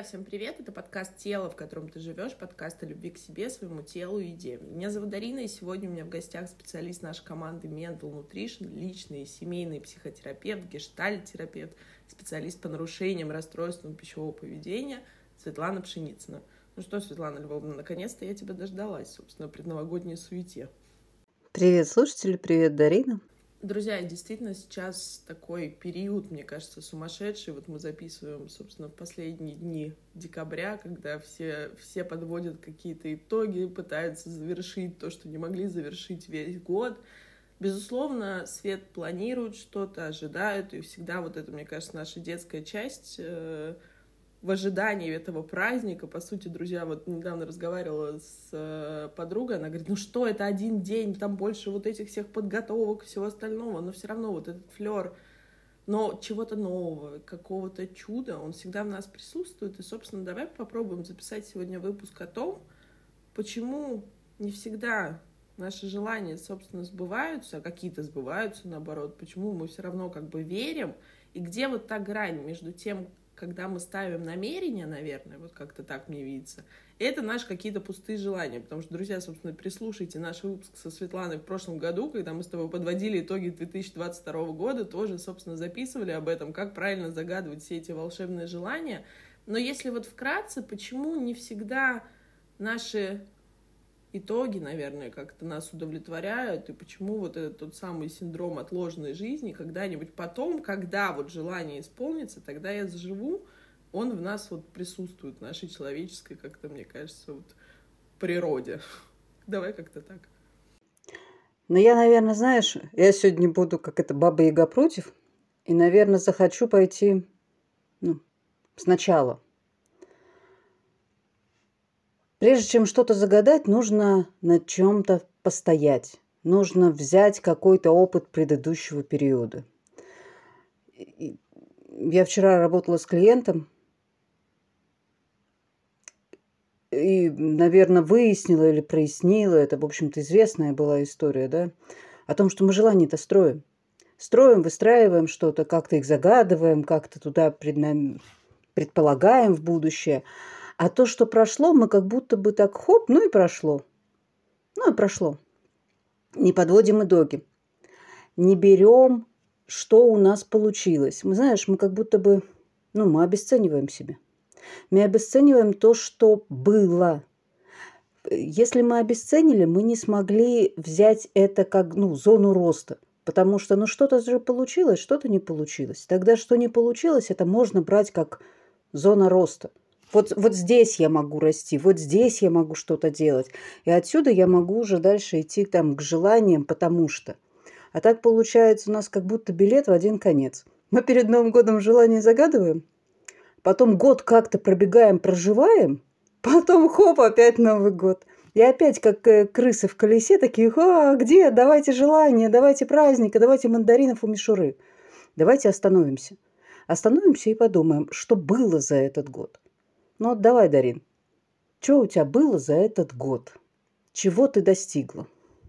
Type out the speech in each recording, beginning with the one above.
всем привет! Это подкаст «Тело, в котором ты живешь», подкаст о любви к себе, своему телу и еде. Меня зовут Дарина, и сегодня у меня в гостях специалист нашей команды Mental Nutrition, личный и семейный психотерапевт, гештальт-терапевт, специалист по нарушениям, расстройствам пищевого поведения Светлана Пшеницына. Ну что, Светлана Львовна, наконец-то я тебя дождалась, собственно, в предновогодней суете. Привет, слушатели, привет, Дарина. Друзья, действительно, сейчас такой период, мне кажется, сумасшедший. Вот мы записываем, собственно, в последние дни декабря, когда все подводят какие-то итоги, пытаются завершить то, что не могли завершить весь год. Безусловно, Свет планирует что-то, ожидают, и всегда вот это, мне кажется, наша детская часть в ожидании этого праздника. По сути, друзья, вот недавно разговаривала с подругой, она говорит, ну что, это один день, там больше вот этих всех подготовок, всего остального, но все равно вот этот флер, но чего-то нового, какого-то чуда, он всегда в нас присутствует. И, собственно, давай попробуем записать сегодня выпуск о том, почему не всегда наши желания, собственно, сбываются, а какие-то сбываются, наоборот, почему мы все равно как бы верим, и где вот та грань между тем, когда мы ставим намерения, наверное, вот как-то так мне видится, это наши какие-то пустые желания. Потому что, друзья, собственно, прислушайте наш выпуск со Светланой в прошлом году, когда мы с тобой подводили итоги 2022 года, тоже, собственно, записывали об этом, как правильно загадывать все эти волшебные желания. Но если вот вкратце, почему не всегда наши итоги, наверное, как-то нас удовлетворяют, и почему вот этот тот самый синдром отложенной жизни когда-нибудь потом, когда вот желание исполнится, тогда я заживу, он в нас вот присутствует, в нашей человеческой, как-то, мне кажется, вот природе. Давай как-то так. Ну, я, наверное, знаешь, я сегодня буду как это Баба-Яга против, и, наверное, захочу пойти сначала. Прежде чем что-то загадать, нужно над чем-то постоять. Нужно взять какой-то опыт предыдущего периода. Я вчера работала с клиентом и, наверное, выяснила или прояснила, это, в общем-то, известная была история, да, о том, что мы желания-то строим. Строим, выстраиваем что-то, как-то их загадываем, как-то туда предполагаем в будущее. А то, что прошло, мы как будто бы так хоп, ну и прошло. Ну и прошло. Не подводим итоги. Не берем, что у нас получилось. Мы, знаешь, мы как будто бы, мы обесцениваем себя. Мы обесцениваем то, что было. Если мы обесценили, мы не смогли взять это как, зону роста. Потому что, что-то же получилось, что-то не получилось. Тогда, что не получилось, это можно брать как зона роста. Вот здесь я могу расти, вот здесь я могу что-то делать. И отсюда я могу уже дальше идти к желаниям, потому что. А так получается у нас как будто билет в один конец. Мы перед Новым годом желание загадываем, потом год как-то пробегаем, проживаем, потом хоп, опять Новый год. И опять, как крысы в колесе, такие, где? Давайте желания, давайте праздника, давайте мандаринов у мишуры. Давайте остановимся. Остановимся и подумаем, что было за этот год. Давай, Дарин, что у тебя было за этот год? Чего ты достигла?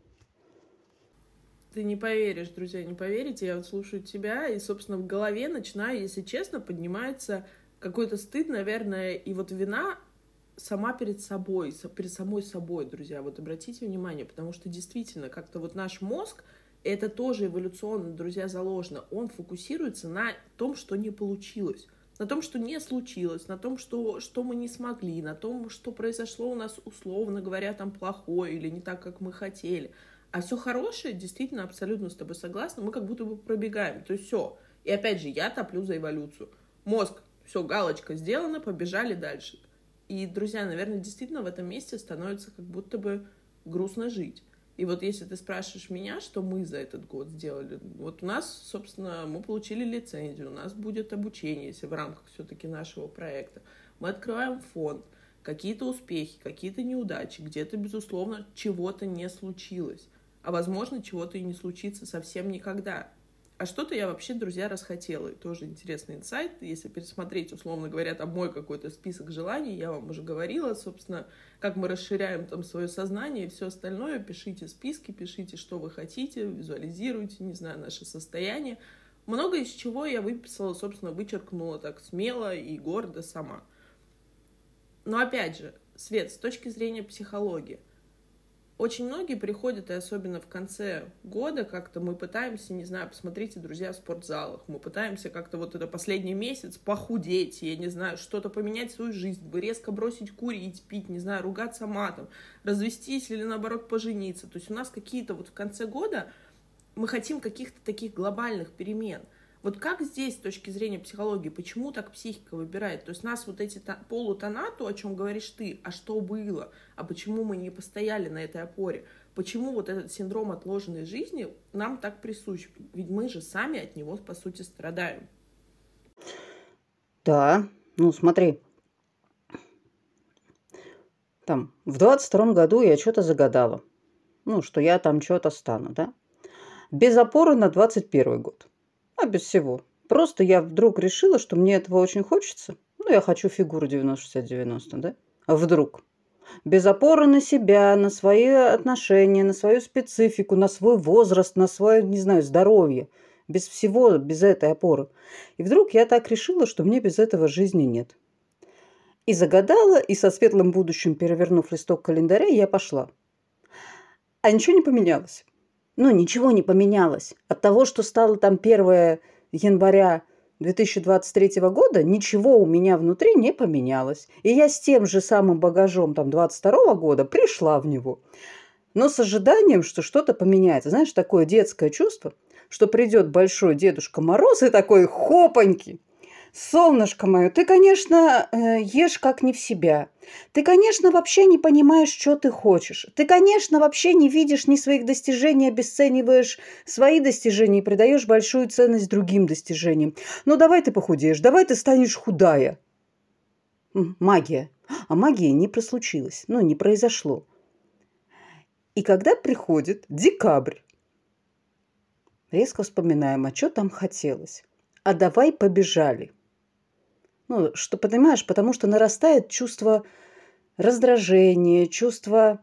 Ты не поверишь, друзья, не поверите, я вот слушаю тебя, и, собственно, в голове начинаю, если честно, поднимается какой-то стыд, наверное, и вот вина сама перед собой, перед самой собой, друзья, вот обратите внимание, потому что действительно как-то вот наш мозг, это тоже эволюционно, друзья, заложено, он фокусируется на том, что не получилось, на том, что не случилось, на том, что мы не смогли, на том, что произошло у нас, условно говоря, там плохое или не так, как мы хотели. А все хорошее, действительно, абсолютно с тобой согласна, мы как будто бы пробегаем, то есть все. И опять же, я топлю за эволюцию. Мозг, все, галочка сделана, побежали дальше. И, друзья, наверное, действительно в этом месте становится как будто бы грустно жить. И вот если ты спрашиваешь меня, что мы за этот год сделали, вот у нас, собственно, мы получили лицензию, у нас будет обучение, если в рамках все-таки нашего проекта. Мы открываем фонд, какие-то успехи, какие-то неудачи, где-то, безусловно, чего-то не случилось. А, возможно, чего-то и не случится совсем никогда. А что-то я вообще, друзья, расхотела. И тоже интересный инсайт. Если пересмотреть, условно говоря, там мой какой-то список желаний, я вам уже говорила, собственно, как мы расширяем там свое сознание и все остальное. Пишите списки, пишите, что вы хотите, визуализируйте, не знаю, наше состояние. Много из чего я выписала, собственно, вычеркнула так смело и гордо сама. Но опять же, Свет, с точки зрения психологии, очень многие приходят, и особенно в конце года, как-то мы пытаемся, не знаю, посмотрите, друзья, в спортзалах, мы пытаемся как-то вот это последний месяц похудеть, я не знаю, что-то поменять в свою жизнь, резко бросить курить, пить, не знаю, ругаться матом, развестись или, наоборот, пожениться. То есть у нас какие-то вот в конце года мы хотим каких-то таких глобальных перемен. Вот как здесь, с точки зрения психологии, почему так психика выбирает? То есть нас вот эти полутона, то, о чем говоришь ты, а что было? А почему мы не постояли на этой опоре? Почему вот этот синдром отложенной жизни нам так присущ? Ведь мы же сами от него, по сути, страдаем. Да, ну смотри, там в 22-м году я что-то загадала. Ну, что я там что-то стану, да? Без опоры на 21 год. А без всего. Просто я вдруг решила, что мне этого очень хочется. Ну, я хочу фигуру 90-60-90, да? А вдруг? Без опоры на себя, на свои отношения, на свою специфику, на свой возраст, на свое, не знаю, здоровье. Без всего, без этой опоры. И вдруг я так решила, что мне без этого жизни нет. И загадала, и со светлым будущим, перевернув листок календаря, я пошла. А ничего не поменялось. Ну, ничего не поменялось. От того, что стало там 1 января 2023 года, ничего у меня внутри не поменялось. И я с тем же самым багажом там 22 года пришла в него. Но с ожиданием, что что-то поменяется. Знаешь, такое детское чувство, что придет большой Дедушка Мороз и такой хопаньки. Солнышко мое, ты, конечно, ешь как не в себя. Ты, конечно, вообще не понимаешь, что ты хочешь. Ты, конечно, вообще не видишь ни своих достижений, обесцениваешь свои достижения и придаешь большую ценность другим достижениям. Ну, давай ты похудеешь, давай ты станешь худая. Магия. А магия не прослучилась, ну, не произошло. И когда приходит декабрь, резко вспоминаем, а что там хотелось. А давай побежали. Ну, что, понимаешь, потому что нарастает чувство раздражения, чувство,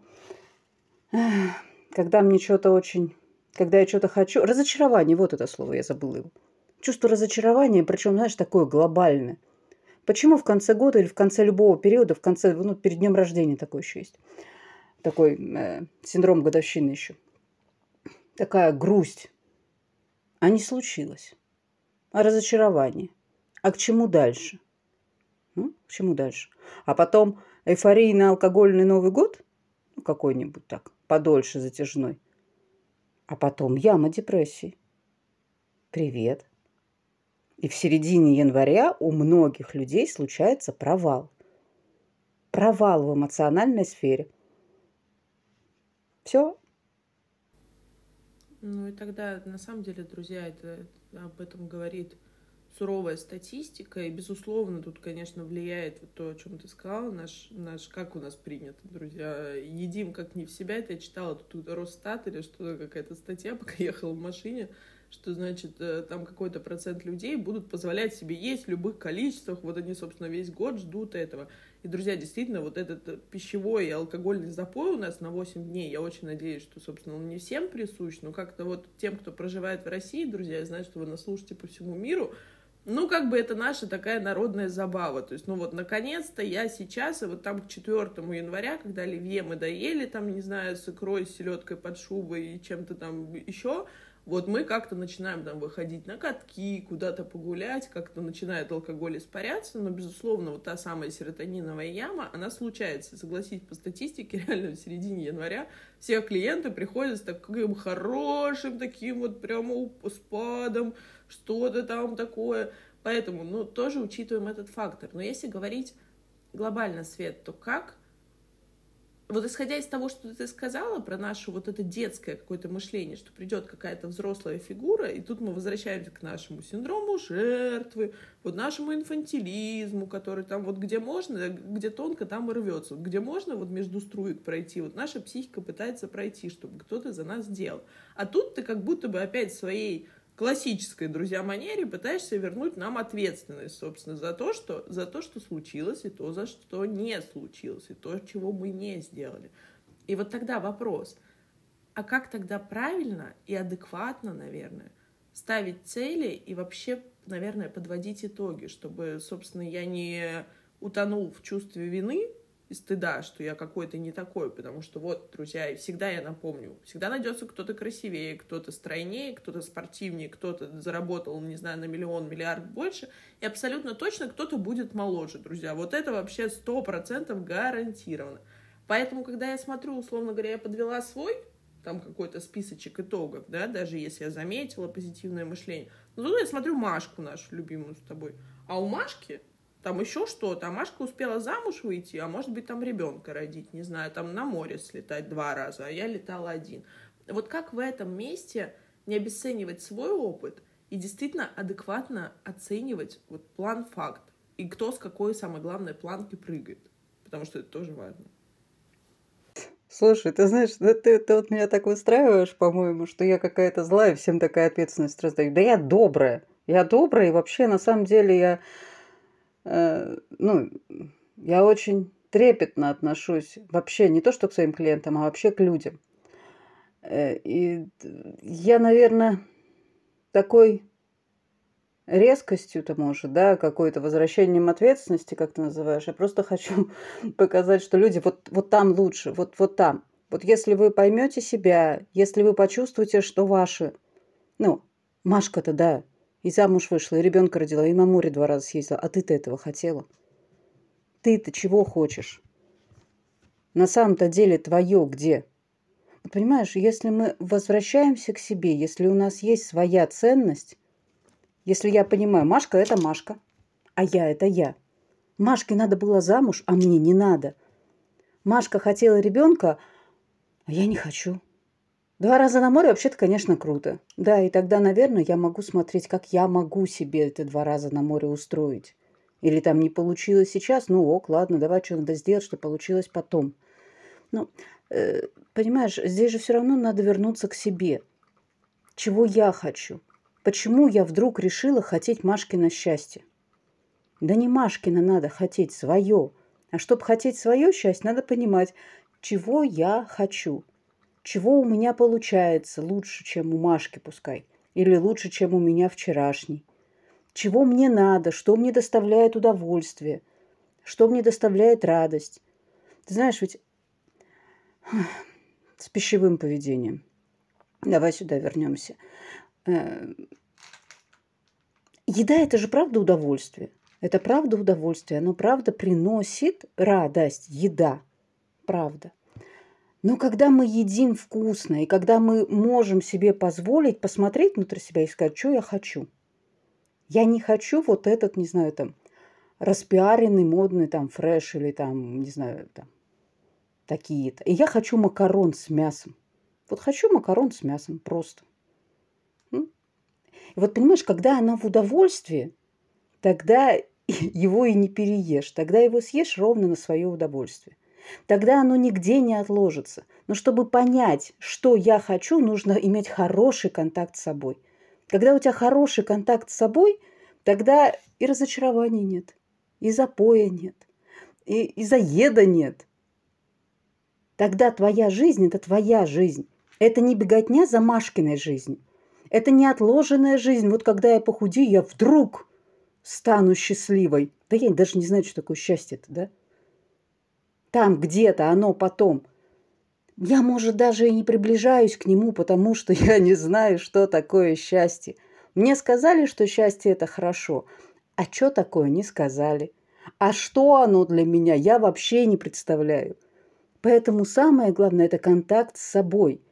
когда мне что-то очень, когда я что-то хочу, разочарование, вот это слово, я забыла его. Чувство разочарования, причем, знаешь, такое глобальное. Почему в конце года или в конце любого периода, в конце, ну, перед днем рождения такое еще есть, такой синдром годовщины еще, такая грусть, а не случилось, а разочарование, а к чему дальше? К чему дальше? А потом эйфорийный алкогольный Новый год, ну, какой-нибудь так, подольше затяжной. А потом яма депрессии. Привет. И в середине января у многих людей случается провал. Провал в эмоциональной сфере. Все. Ну и тогда, на самом деле, друзья, это об этом говорит суровая статистика, и, безусловно, тут, конечно, влияет вот то, о чем ты сказала, как у нас принято, друзья, едим как не в себя, это я читала тут Росстат или что-то, какая-то статья, пока ехала в машине, что, значит, там какой-то процент людей будут позволять себе есть в любых количествах, вот они, собственно, весь год ждут этого. И, друзья, действительно, вот этот пищевой и алкогольный запой у нас на 8 дней, я очень надеюсь, что, собственно, он не всем присущ, но как-то вот тем, кто проживает в России, друзья, я знаю, что вы нас слушаете по всему миру, ну, как бы это наша такая народная забава. То есть, ну вот, наконец-то я сейчас, и вот там к 4 января, когда оливье мы доели, там, не знаю, с икрой, с селедкой под шубой и чем-то там еще, вот мы как-то начинаем там выходить на катки, куда-то погулять, как-то начинает алкоголь испаряться, но, безусловно, вот та самая серотониновая яма, она случается. Согласитесь, по статистике, реально в середине января все клиенты приходят с таким хорошим, таким вот прямо спадом, что-то там такое. Поэтому, ну, тоже учитываем этот фактор. Но если говорить глобально, Свет, то как? Вот исходя из того, что ты сказала про наше вот это детское какое-то мышление, что придет какая-то взрослая фигура, и тут мы возвращаемся к нашему синдрому жертвы, вот нашему инфантилизму, который там вот где можно, где тонко, там и рвется. Вот где можно вот между струек пройти, вот наша психика пытается пройти, чтобы кто-то за нас сделал. А тут ты как будто бы опять своей классической, друзья, манере пытаешься вернуть нам ответственность, собственно, за то, что случилось, и то, за что не случилось, и то, чего мы не сделали. И вот тогда вопрос, а как тогда правильно и адекватно, наверное, ставить цели и вообще, наверное, подводить итоги, чтобы, собственно, я не утонул в чувстве вины и стыда, что я какой-то не такой, потому что вот, друзья, и всегда я напомню, всегда найдется кто-то красивее, кто-то стройнее, кто-то спортивнее, кто-то заработал, не знаю, на миллион, миллиард больше, и абсолютно точно кто-то будет моложе, друзья. Вот это вообще 100% гарантированно. Поэтому, когда я смотрю, условно говоря, я подвела свой, там какой-то списочек итогов, да, даже если я заметила позитивное мышление, но тут я смотрю Машку нашу любимую с тобой, а у Машки там еще что-то, а Машка успела замуж выйти, а может быть там ребенка родить, не знаю, там на море слетать 2 раза, а я летала 1. Вот как в этом месте не обесценивать свой опыт и действительно адекватно оценивать вот план-факт, и кто с какой, самой главной, планки прыгает, потому что это тоже важно. Слушай, ты знаешь, ты вот меня так выстраиваешь, по-моему, что я какая-то злая, всем такая ответственность раздаю. Да я добрая. Я добрая, и вообще, на самом деле, ну, я очень трепетно отношусь вообще не то что к своим клиентам, а вообще к людям. И я, наверное, такой резкостью-то, может, да, какой-то возвращением ответственности, как ты называешь. Я просто хочу показать, что люди вот там лучше, вот там. Вот если вы поймете себя, если вы почувствуете, что ваши, ну, Машка-то, да, и замуж вышла, и ребенка родила, и на море 2 раза съездила, а ты-то этого хотела. Ты-то чего хочешь? На самом-то деле твое где? Вот понимаешь, если мы возвращаемся к себе, если у нас есть своя ценность, если я понимаю, Машка – это Машка, а я – это я. Машке надо было замуж, а мне не надо. Машка хотела ребенка, а я не хочу. 2 раза на море вообще-то, конечно, круто. Да, и тогда, наверное, я могу смотреть, как я могу себе это 2 раза на море устроить. Или там не получилось сейчас, ну ок, ладно, давай что надо сделать, что получилось потом. Ну, понимаешь, здесь же все равно надо вернуться к себе. Чего я хочу? Почему я вдруг решила хотеть Машкино счастье? Да не Машкина надо хотеть, свое. А чтобы хотеть свое счастье, надо понимать, чего я хочу. Чего у меня получается лучше, чем у Машки пускай. Или лучше, чем у меня вчерашний. Чего мне надо, что мне доставляет удовольствие, что мне доставляет радость. Ты знаешь, ведь с пищевым поведением. Давай сюда вернемся. Еда – это же правда удовольствие. Это правда удовольствие. Оно правда приносит радость. Еда. Правда. Но когда мы едим вкусно, и когда мы можем себе позволить посмотреть внутрь себя и сказать, что я хочу. Я не хочу вот этот, не знаю, там, распиаренный, модный, там, фреш или там, не знаю, там, такие-то. И я хочу макарон с мясом. Вот хочу макарон с мясом просто. И вот понимаешь, когда оно в удовольствии, тогда его и не переешь. Тогда его съешь ровно на свое удовольствие. Тогда оно нигде не отложится. Но чтобы понять, что я хочу, нужно иметь хороший контакт с собой. Когда у тебя хороший контакт с собой, тогда и разочарования нет, и запоя нет, и заеда нет. Тогда твоя жизнь – это твоя жизнь. Это не беготня за Машкиной жизнью. Это не отложенная жизнь. Вот когда я похудею, я вдруг стану счастливой. Да я даже не знаю, что такое счастье-то, да? Там где-то оно потом. Я, может, даже и не приближаюсь к нему, потому что я не знаю, что такое счастье. Мне сказали, что счастье – это хорошо. А что такое, не сказали. А что оно для меня, я вообще не представляю. Поэтому самое главное – это контакт с собой.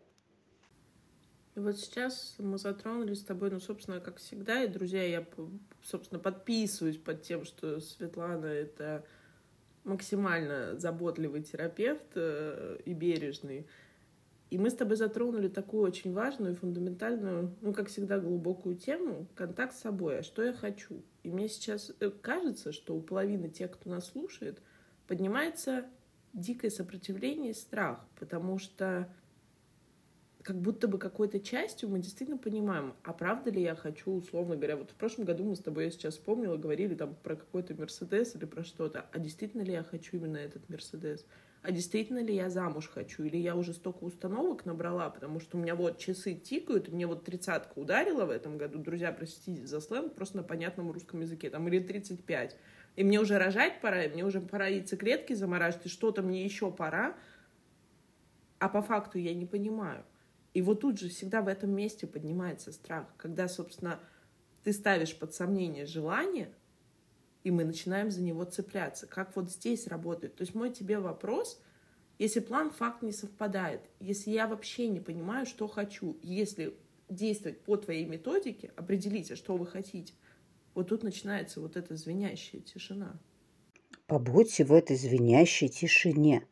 И вот сейчас мы затронули с тобой, ну, собственно, как всегда, и, друзья, я, собственно, подписываюсь под тем, что Светлана – это максимально заботливый терапевт и бережный. И мы с тобой затронули такую очень важную и фундаментальную, ну, как всегда, глубокую тему — контакт с собой. А что я хочу? И мне сейчас кажется, что у половины тех, кто нас слушает, поднимается дикое сопротивление и страх, потому что как будто бы какой-то частью мы действительно понимаем, а правда ли я хочу, условно говоря, вот в прошлом году мы с тобой, я сейчас вспомнила, говорили там про какой-то Мерседес или про что-то, а действительно ли я хочу именно этот Мерседес? А действительно ли я замуж хочу? Или я уже столько установок набрала, потому что у меня вот часы тикают, и мне вот 30-ка ударила в этом году, друзья, простите за сленг, просто на понятном русском языке, там, или 35. И мне уже рожать пора, и мне уже пора яйцеклетки замораживать, и что-то мне еще пора, а по факту я не понимаю. И вот тут же всегда в этом месте поднимается страх, когда, собственно, ты ставишь под сомнение желание, и мы начинаем за него цепляться. Как вот здесь работает? То есть мой тебе вопрос, если план, факт не совпадает, если я вообще не понимаю, что хочу, если действовать по твоей методике, определите, что вы хотите, вот тут начинается вот эта звенящая тишина. Побудьте в этой звенящей тишине.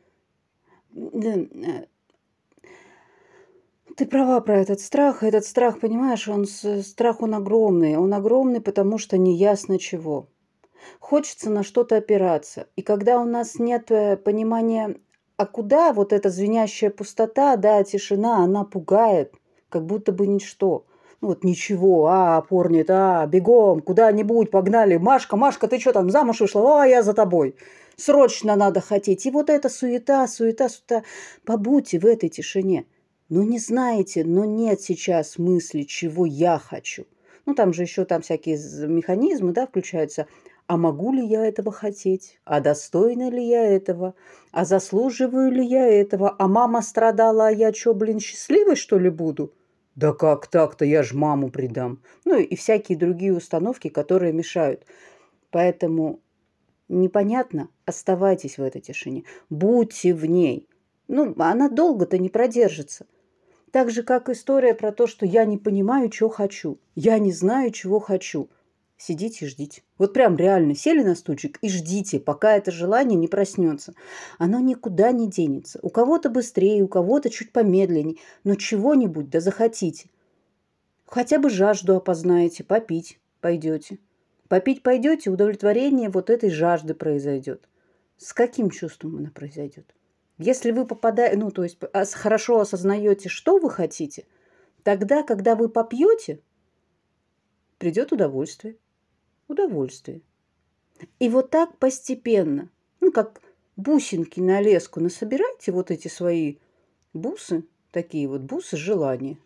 Ты права про этот страх. Этот страх, понимаешь, страх, он огромный. Он огромный, потому что неясно чего. Хочется на что-то опираться. И когда у нас нет понимания, а куда вот эта звенящая пустота, да, тишина, она пугает, как будто бы ничто. Ну вот ничего, опор нет, бегом, куда-нибудь, погнали. Машка, Машка, ты что там, замуж вышла? Я за тобой. Срочно надо хотеть. И вот эта суета. Побудьте в этой тишине. Ну, не знаете, но нет сейчас мысли, чего я хочу. Ну, там же еще там всякие механизмы, да, включаются. А могу ли я этого хотеть? А достойна ли я этого? А заслуживаю ли я этого? А мама страдала, а я что, счастливой, что ли, буду? Да как так-то? Я ж маму предам. Ну, и всякие другие установки, которые мешают. Поэтому непонятно, оставайтесь в этой тишине. Будьте в ней. Ну, она долго-то не продержится. Так же, как история про то, что я не понимаю, что хочу. Я не знаю, чего хочу. Сидите и ждите. Вот прям реально сели на стульчик и ждите, пока это желание не проснется. Оно никуда не денется. У кого-то быстрее, у кого-то чуть помедленнее. Но чего-нибудь да захотите. Хотя бы жажду опознаете, попить пойдете. Попить пойдете, удовлетворение вот этой жажды произойдет. С каким чувством она произойдет? Если вы попадаете, то есть хорошо осознаете, что вы хотите, тогда, когда вы попьете, придет удовольствие. Удовольствие. И вот так постепенно, как бусинки на леску насобирайте вот эти свои бусы, такие вот бусы желания.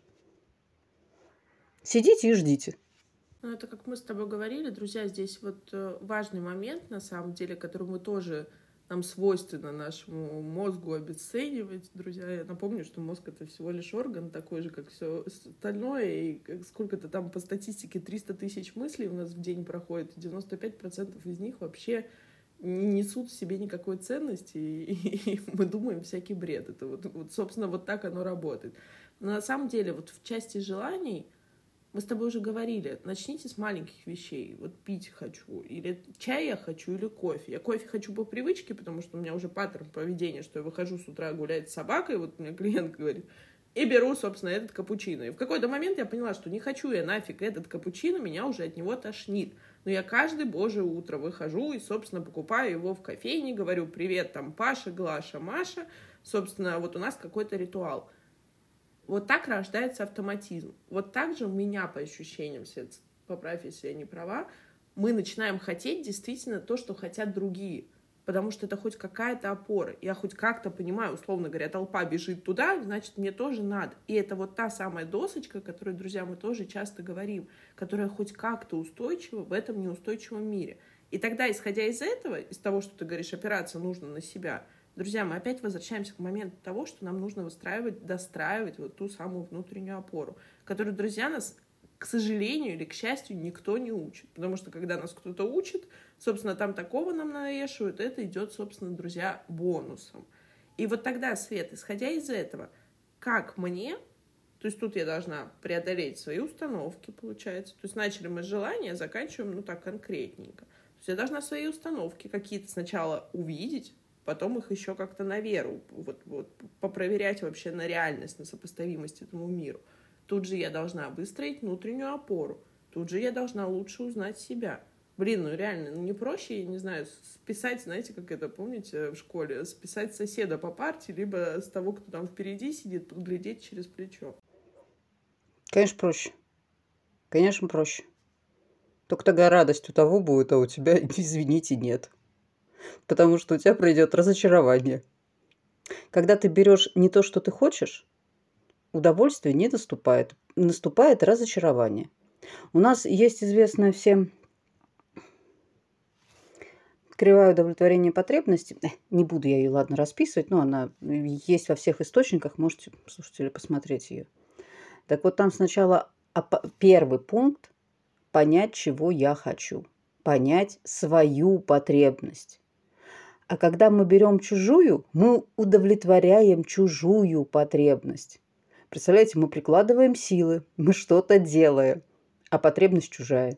Сидите и ждите. Ну, это как мы с тобой говорили, друзья, здесь вот важный момент, на самом деле, который мы тоже, нам свойственно нашему мозгу обесценивать. Друзья, я напомню, что мозг — это всего лишь орган, такой же, как все остальное, и сколько-то там по статистике 300 тысяч мыслей у нас в день проходит, и 95% из них вообще не несут в себе никакой ценности, и мы думаем всякий бред. Это вот, собственно, вот так оно работает. Но на самом деле, вот в части желаний, мы с тобой уже говорили, начните с маленьких вещей. Вот пить хочу, или чай я хочу, или кофе. Я кофе хочу по привычке, потому что у меня уже паттерн поведения, что я выхожу с утра гулять с собакой, вот мне клиент говорит, и беру, собственно, этот капучино. И в какой-то момент я поняла, что не хочу я нафиг этот капучино, меня уже от него тошнит. Но я каждое божье утро выхожу и, собственно, покупаю его в кофейне, говорю, привет, там, Паша, Глаша, Маша. Собственно, вот у нас какой-то ритуал. Вот так рождается автоматизм. Вот так же у меня, по ощущениям, поправь, если я не права, мы начинаем хотеть действительно то, что хотят другие. Потому что это хоть какая-то опора. Я хоть как-то понимаю, условно говоря, толпа бежит туда, значит, мне тоже надо. И это вот та самая досочка, о которой, друзья, мы тоже часто говорим, которая хоть как-то устойчива в этом неустойчивом мире. И тогда, исходя из этого, из того, что ты говоришь, опираться нужно на себя, друзья, мы опять возвращаемся к моменту того, что нам нужно достраивать вот ту самую внутреннюю опору, которую, друзья, нас, к сожалению или к счастью, никто не учит. Потому что, когда нас кто-то учит, собственно, там такого нам навешивают, это идет, собственно, друзья, бонусом. И вот тогда, Свет, исходя из этого, как мне, то есть тут я должна преодолеть свои установки, получается. То есть начали мы с желания, заканчиваем, так, конкретненько. То есть я должна свои установки какие-то сначала увидеть, потом их еще как-то на веру, вот попроверять вообще на реальность, на сопоставимость этому миру. Тут же я должна выстроить внутреннюю опору. Тут же я должна лучше узнать себя. Реально, не проще, я не знаю, списать, знаете, как это, помните, в школе, списать соседа по парте, либо с того, кто там впереди сидит, подглядеть через плечо. Конечно, проще. Конечно, проще. Только тогда радость у того будет, а у тебя, извините, нет. Потому что у тебя придет разочарование. Когда ты берешь не то, что ты хочешь, удовольствие не наступает. Наступает разочарование. У нас есть известная всем кривая удовлетворения потребностей, не буду я ее, ладно, расписывать, но она есть во всех источниках, можете, слушатели, посмотреть ее. Так вот, там сначала первый пункт – понять, чего я хочу, понять свою потребность. А когда мы берем чужую, мы удовлетворяем чужую потребность. Представляете, мы прикладываем силы, мы что-то делаем, а потребность чужая.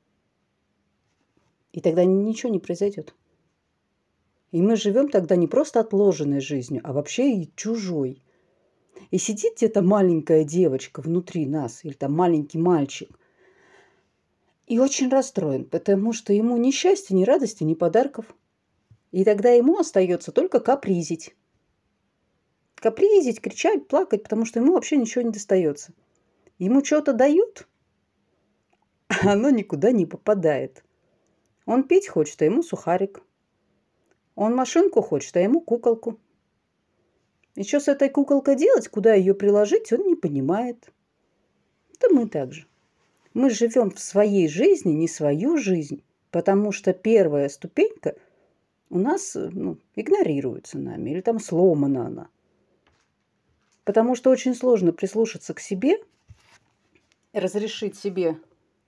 И тогда ничего не произойдет. И мы живем тогда не просто отложенной жизнью, а вообще и чужой. И сидит где-то маленькая девочка внутри нас, или там маленький мальчик, и очень расстроен, потому что ему ни счастья, ни радости, ни подарков. И тогда ему остается только капризить. Капризить, кричать, плакать, потому что ему вообще ничего не достается. Ему что-то дают, а оно никуда не попадает. Он пить хочет, а ему сухарик. Он машинку хочет, а ему куколку. И что с этой куколкой делать, куда ее приложить, он не понимает. Да мы так же. Мы живем в своей жизни, не свою жизнь, потому что первая ступенька у нас игнорируется нами, или там сломана она. Потому что очень сложно прислушаться к себе, разрешить себе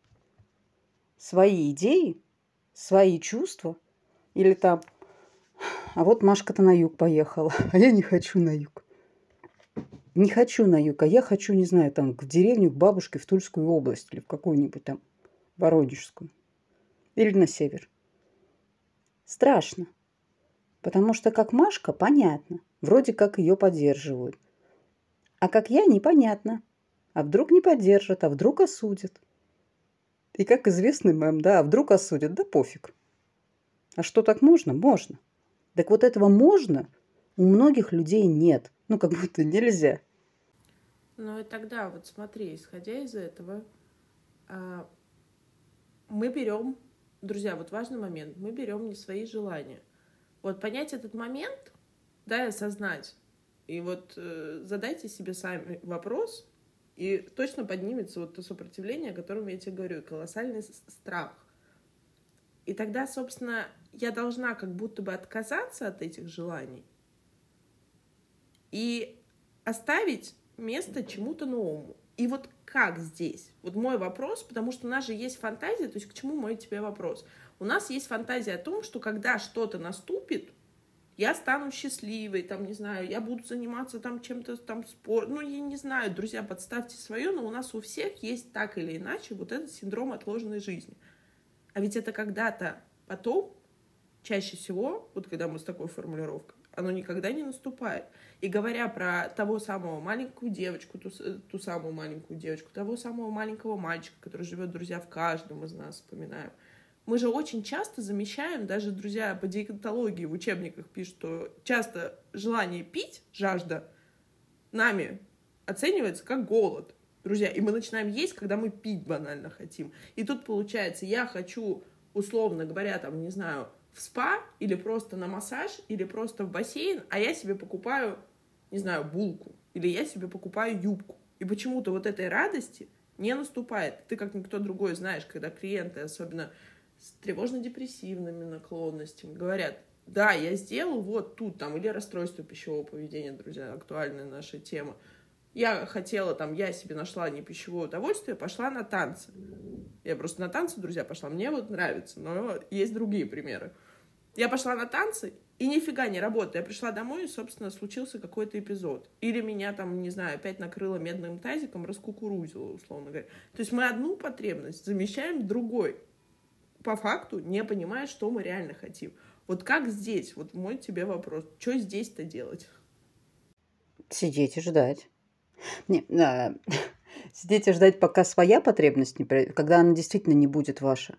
свои идеи, свои чувства, или там, а вот Машка-то на юг поехала, а я не хочу на юг. Не хочу на юг, а я хочу, не знаю, там, в деревню к бабушке в Тульскую область или в какую-нибудь там Воронежскую. Или на север. Страшно. Потому что как Машка, понятно. Вроде как ее поддерживают. А как я, непонятно. А вдруг не поддержат, а вдруг осудят. И как известный мем, да, а вдруг осудят, да пофиг. А что, так можно? Можно. Так вот этого можно у многих людей нет. Как будто нельзя. Ну и тогда, вот смотри, исходя из этого, мы берем, друзья, вот важный момент, мы берем не свои желания. Вот понять этот момент, да, и осознать. И вот задайте себе сами вопрос, и точно поднимется вот то сопротивление, о котором я тебе говорю, колоссальный страх. И тогда, собственно, я должна как будто бы отказаться от этих желаний и оставить место чему-то новому. И вот как здесь? Вот мой вопрос, потому что у нас же есть фантазия, то есть к чему мой тебе вопрос? У нас есть фантазия о том, что когда что-то наступит, я стану счастливой, там, не знаю, я буду заниматься там чем-то, там, спортом, я не знаю, друзья, подставьте свое, но у нас у всех есть так или иначе вот этот синдром отложенной жизни. А ведь это когда-то потом, чаще всего, вот когда мы с такой формулировкой, оно никогда не наступает. И говоря про того самого маленькую девочку, ту самую маленькую девочку, того самого маленького мальчика, который живет, друзья, в каждом из нас, вспоминаем. Мы же очень часто замещаем, даже, друзья, по диетологии в учебниках пишут, что часто желание пить, жажда, нами оценивается как голод, друзья. И мы начинаем есть, когда мы пить банально хотим. И тут получается, я хочу, условно говоря, там, не знаю, в спа, или просто на массаж, или просто в бассейн, а я себе покупаю, не знаю, булку, или я себе покупаю юбку. И почему-то вот этой радости не наступает. Ты, как никто другой, знаешь, когда клиенты, особенно с тревожно-депрессивными наклонностями, говорят, да, я сделал вот тут, там, или расстройство пищевого поведения, друзья, актуальная наша тема. Я хотела, там, я себе нашла не пищевое удовольствие, пошла на танцы. Я просто на танцы, друзья, пошла. Мне вот нравится, но есть другие примеры. Я пошла на танцы, и нифига не работает. Я пришла домой, и, собственно, случился какой-то эпизод. Или меня там, не знаю, опять накрыло медным тазиком, раскукурузило, условно говоря. То есть мы одну потребность замещаем другой. По факту, не понимая, что мы реально хотим. Вот как здесь? Вот мой тебе вопрос. Что здесь-то делать? Сидеть и ждать. Сидеть и ждать, пока своя потребность не придет, когда она действительно не будет ваша.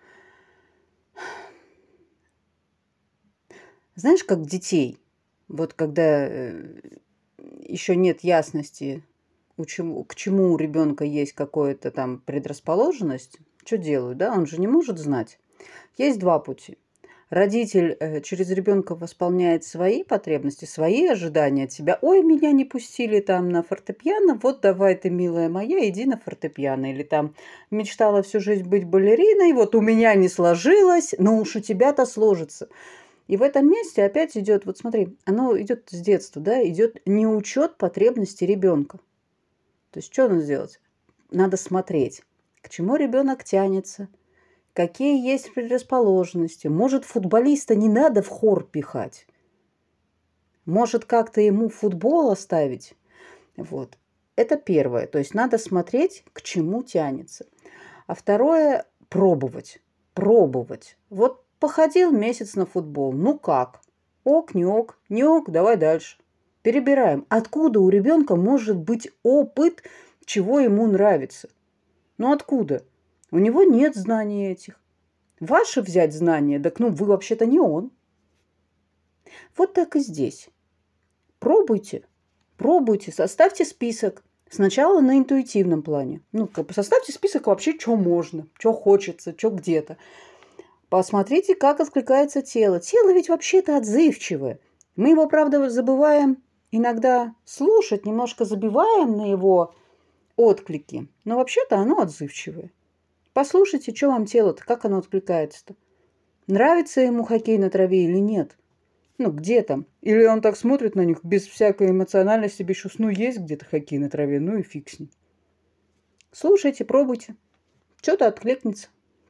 Знаешь, как детей, вот когда еще нет ясности, к чему у ребенка есть какая-то там предрасположенность, что делают, да? Он же не может знать. Есть два пути. Родитель через ребенка восполняет свои потребности, свои ожидания от себя. Ой, меня не пустили там на фортепиано, вот давай ты, милая моя, иди на фортепиано. Или там мечтала всю жизнь быть балериной, вот у меня не сложилось, но уж у тебя-то сложится. И в этом месте опять идет, вот смотри, оно идет с детства, да, идет неучет потребностей ребенка. То есть что надо сделать? Надо смотреть, к чему ребенок тянется, какие есть предрасположенности. Может, футболиста не надо в хор пихать. Может, как-то ему футбол оставить. Вот. Это первое. То есть надо смотреть, к чему тянется. А второе – пробовать. Пробовать. Вот походил месяц на футбол. Ну как? Ок, не ок, не ок, давай дальше. Перебираем. Откуда у ребенка может быть опыт, чего ему нравится? Ну откуда? У него нет знаний этих. Ваши взять знания, так ну вы вообще-то не он. Вот так и здесь. Пробуйте, пробуйте, составьте список. Сначала на интуитивном плане. Ну, как бы составьте список вообще, что можно, что хочется, что где-то. Посмотрите, как откликается тело. Тело ведь вообще-то отзывчивое. Мы его, правда, забываем иногда слушать, немножко забиваем на его отклики. Но вообще-то оно отзывчивое. Послушайте, что вам тело-то, как оно откликается-то. Нравится ему хоккей на траве или нет? Ну, где там? Или он так смотрит на них без всякой эмоциональности, без чувств. Ну, есть где-то хоккей на траве, ну и фиг с ним. Слушайте, пробуйте. Что-то откликнется.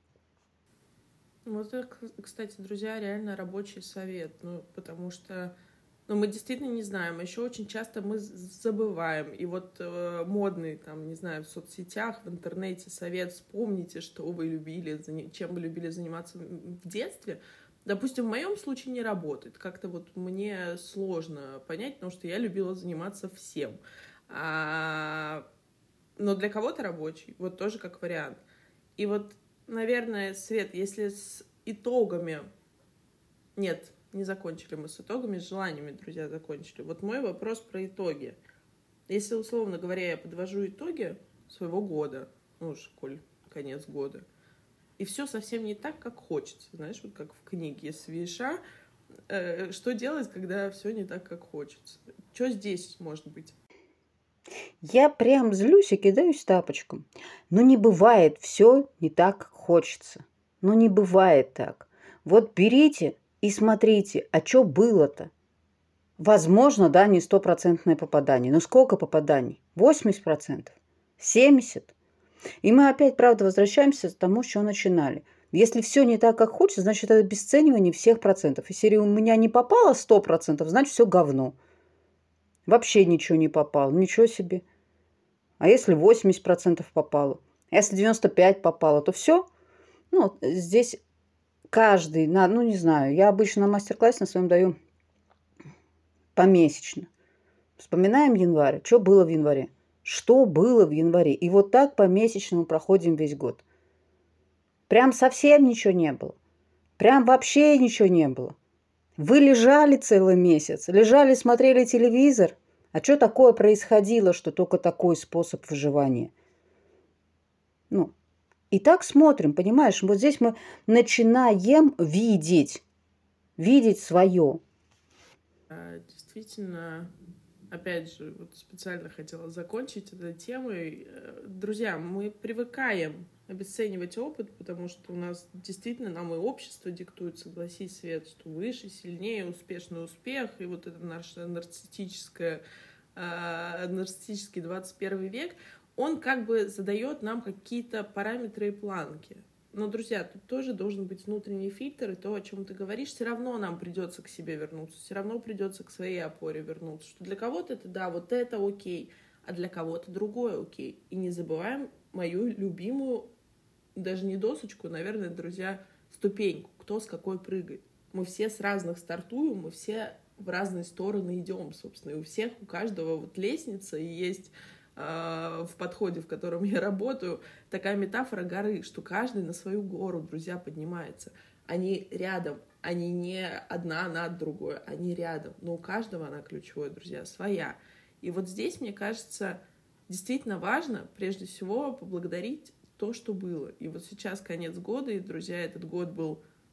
Вот это, кстати, друзья, реально рабочий совет. Ну, потому что мы действительно не знаем. Еще очень часто мы забываем. И вот модный, там, не знаю, в соцсетях, в интернете совет: вспомните, что вы любили, чем вы любили заниматься в детстве. Допустим, в моем случае не работает. Как-то вот мне сложно понять, потому что я любила заниматься всем. Но для кого-то рабочий. Вот тоже как вариант. И вот, наверное, Свет, если с итогами... Нет, не закончили мы с итогами, с желаниями, друзья, закончили. Вот мой вопрос про итоги. Если, условно говоря, я подвожу итоги своего года, ну уж, коль конец года, и все совсем не так, как хочется, знаешь, вот как в книге Свиша, что делать, когда все не так, как хочется? Что здесь может быть? Я прям злюсь и кидаюсь тапочком. Но не бывает все не так, как хочется. Ну, не бывает так. Вот берите и смотрите, а что было-то? Возможно, да, не стопроцентное попадание. Но сколько попаданий? 80%? 70%? И мы опять, правда, возвращаемся к тому, с чего начинали. Если все не так, как хочется, значит, это обесценивание всех процентов. Из серии «у меня не попало 100%», значит, все говно. Вообще ничего не попало. Ничего себе. А если 80% попало? А если 95% попало, то все. Ну, здесь каждый, ну, не знаю, я обычно на мастер-классе на своем даю помесячно. Вспоминаем январь. Что было в январе? Что было в январе? И вот так помесячно мы проходим весь год. Прям совсем ничего не было. Прям вообще ничего не было. Вы лежали целый месяц, лежали, смотрели телевизор. А что такое происходило, что только такой способ выживания? Ну, и так смотрим, понимаешь? Вот здесь мы начинаем видеть свое. Действительно, опять же, вот специально хотела закончить этой темой. Друзья, мы привыкаем обесценивать опыт, потому что у нас действительно, нам и общество диктует, согласись, Свет, что выше, сильнее, успешный успех, и вот это наше нарциссический 21 век, он как бы задает нам какие-то параметры и планки. Но, друзья, тут тоже должен быть внутренний фильтр, и то, о чем ты говоришь, все равно нам придется к себе вернуться, все равно придется к своей опоре вернуться. Что для кого-то это, да, вот это окей, а для кого-то другое окей. И не забываем мою любимую, даже не досочку, наверное, друзья, ступеньку, кто с какой прыгает. Мы все с разных стартуем, мы все в разные стороны идем, собственно, и у всех, у каждого вот лестница, и есть в подходе, в котором я работаю, такая метафора горы, что каждый на свою гору, друзья, поднимается. Они рядом, они не одна над другой, они рядом. Но у каждого она ключевая, друзья, своя. И вот здесь, мне кажется, действительно важно, прежде всего, поблагодарить то, что было. И вот сейчас конец года, и, друзья, этот год был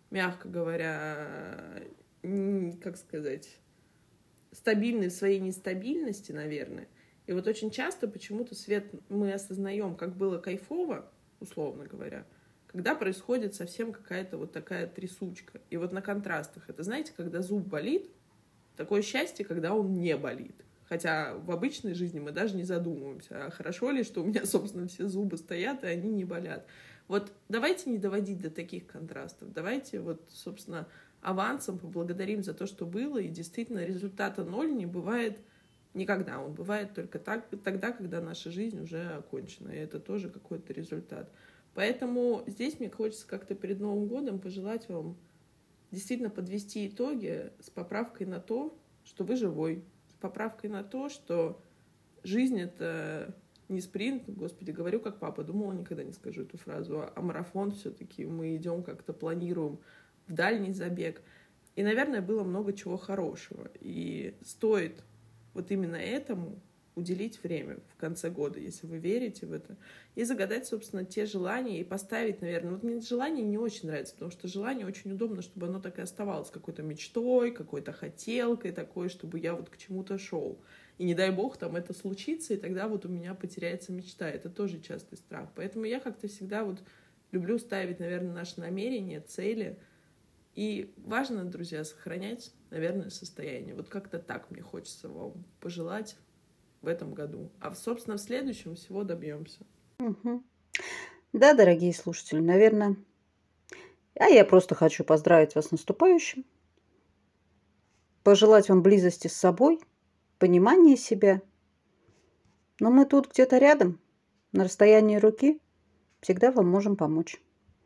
мягко говоря, как сказать, стабильны в своей нестабильности, наверное. И вот очень часто почему-то, Свет, мы осознаем, как было кайфово, условно говоря, когда происходит совсем какая-то вот такая трясучка. И вот на контрастах. Это, знаете, когда зуб болит, такое счастье, когда он не болит. Хотя в обычной жизни мы даже не задумываемся, а хорошо ли, что у меня, собственно, все зубы стоят, и они не болят. Вот давайте не доводить до таких контрастов. Давайте вот, собственно, авансом поблагодарим за то, что было, и действительно результата ноль не бывает никогда. Он бывает только тогда, когда наша жизнь уже окончена, и это тоже какой-то результат. Поэтому здесь мне хочется как-то перед Новым годом пожелать вам действительно подвести итоги с поправкой на то, что вы живой, с поправкой на то, что жизнь — это не спринт, господи, говорю как папа, думала, никогда не скажу эту фразу, а марафон все-таки, мы идем как-то, планируем в дальний забег. И, наверное, было много чего хорошего. И стоит вот именно этому уделить время в конце года, если вы верите в это, и загадать, собственно, те желания, и поставить, наверное, вот мне желание не очень нравится, потому что желание очень удобно, чтобы оно так и оставалось какой-то мечтой, какой-то хотелкой такой, чтобы я вот к чему-то шел. И не дай бог там это случится, и тогда вот у меня потеряется мечта. Это тоже частый страх. Поэтому я как-то всегда вот люблю ставить, наверное, наши намерения, цели. И важно, друзья, сохранять, наверное, состояние. Вот как-то так мне хочется вам пожелать в этом году. А, собственно, в следующем всего добьемся. Мгм. Да, дорогие слушатели, наверное. А я просто хочу поздравить вас с наступающим, пожелать вам близости с собой, понимания себя. Но мы тут где-то рядом, на расстоянии руки, всегда вам можем помочь.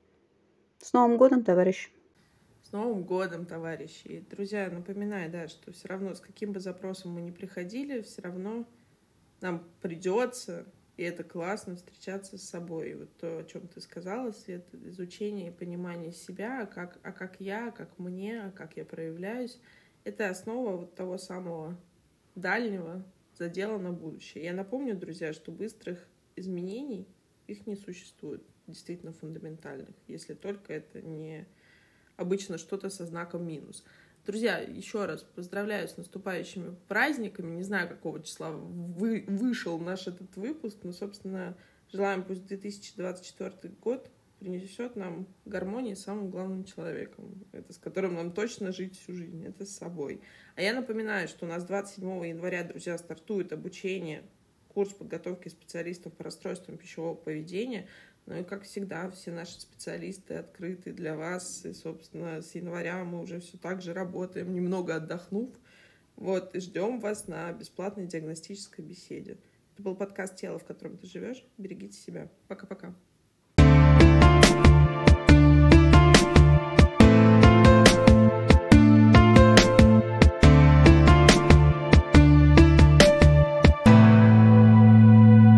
С Новым годом, товарищи! С Новым годом, товарищи! И, друзья, напоминаю, да, что все равно, с каким бы запросом мы ни приходили, все равно нам придется, и это классно, встречаться с собой. И вот то, о чем ты сказала, Свет, изучение и понимание себя, как я, как мне, как я проявляюсь, это основа вот того самого дальнего задела на будущее. Я напомню, друзья, что быстрых изменений их не существует, действительно фундаментальных, если только это не обычно что-то со знаком минус. Друзья, еще раз поздравляю с наступающими праздниками. Не знаю, какого числа вышел наш этот выпуск, но, собственно, желаем, пусть 2024 год принесет нам гармонии с самым главным человеком, это с которым нам точно жить всю жизнь, это с собой. А я напоминаю, что у нас 27 января, друзья, стартует обучение, курс подготовки специалистов по расстройствам пищевого поведения. Ну и, как всегда, все наши специалисты открыты для вас. И, собственно, с января мы уже все так же работаем, немного отдохнув. Вот, и ждем вас на бесплатной диагностической беседе. Это был подкаст «Тело, в котором ты живешь». Берегите себя. Пока-пока.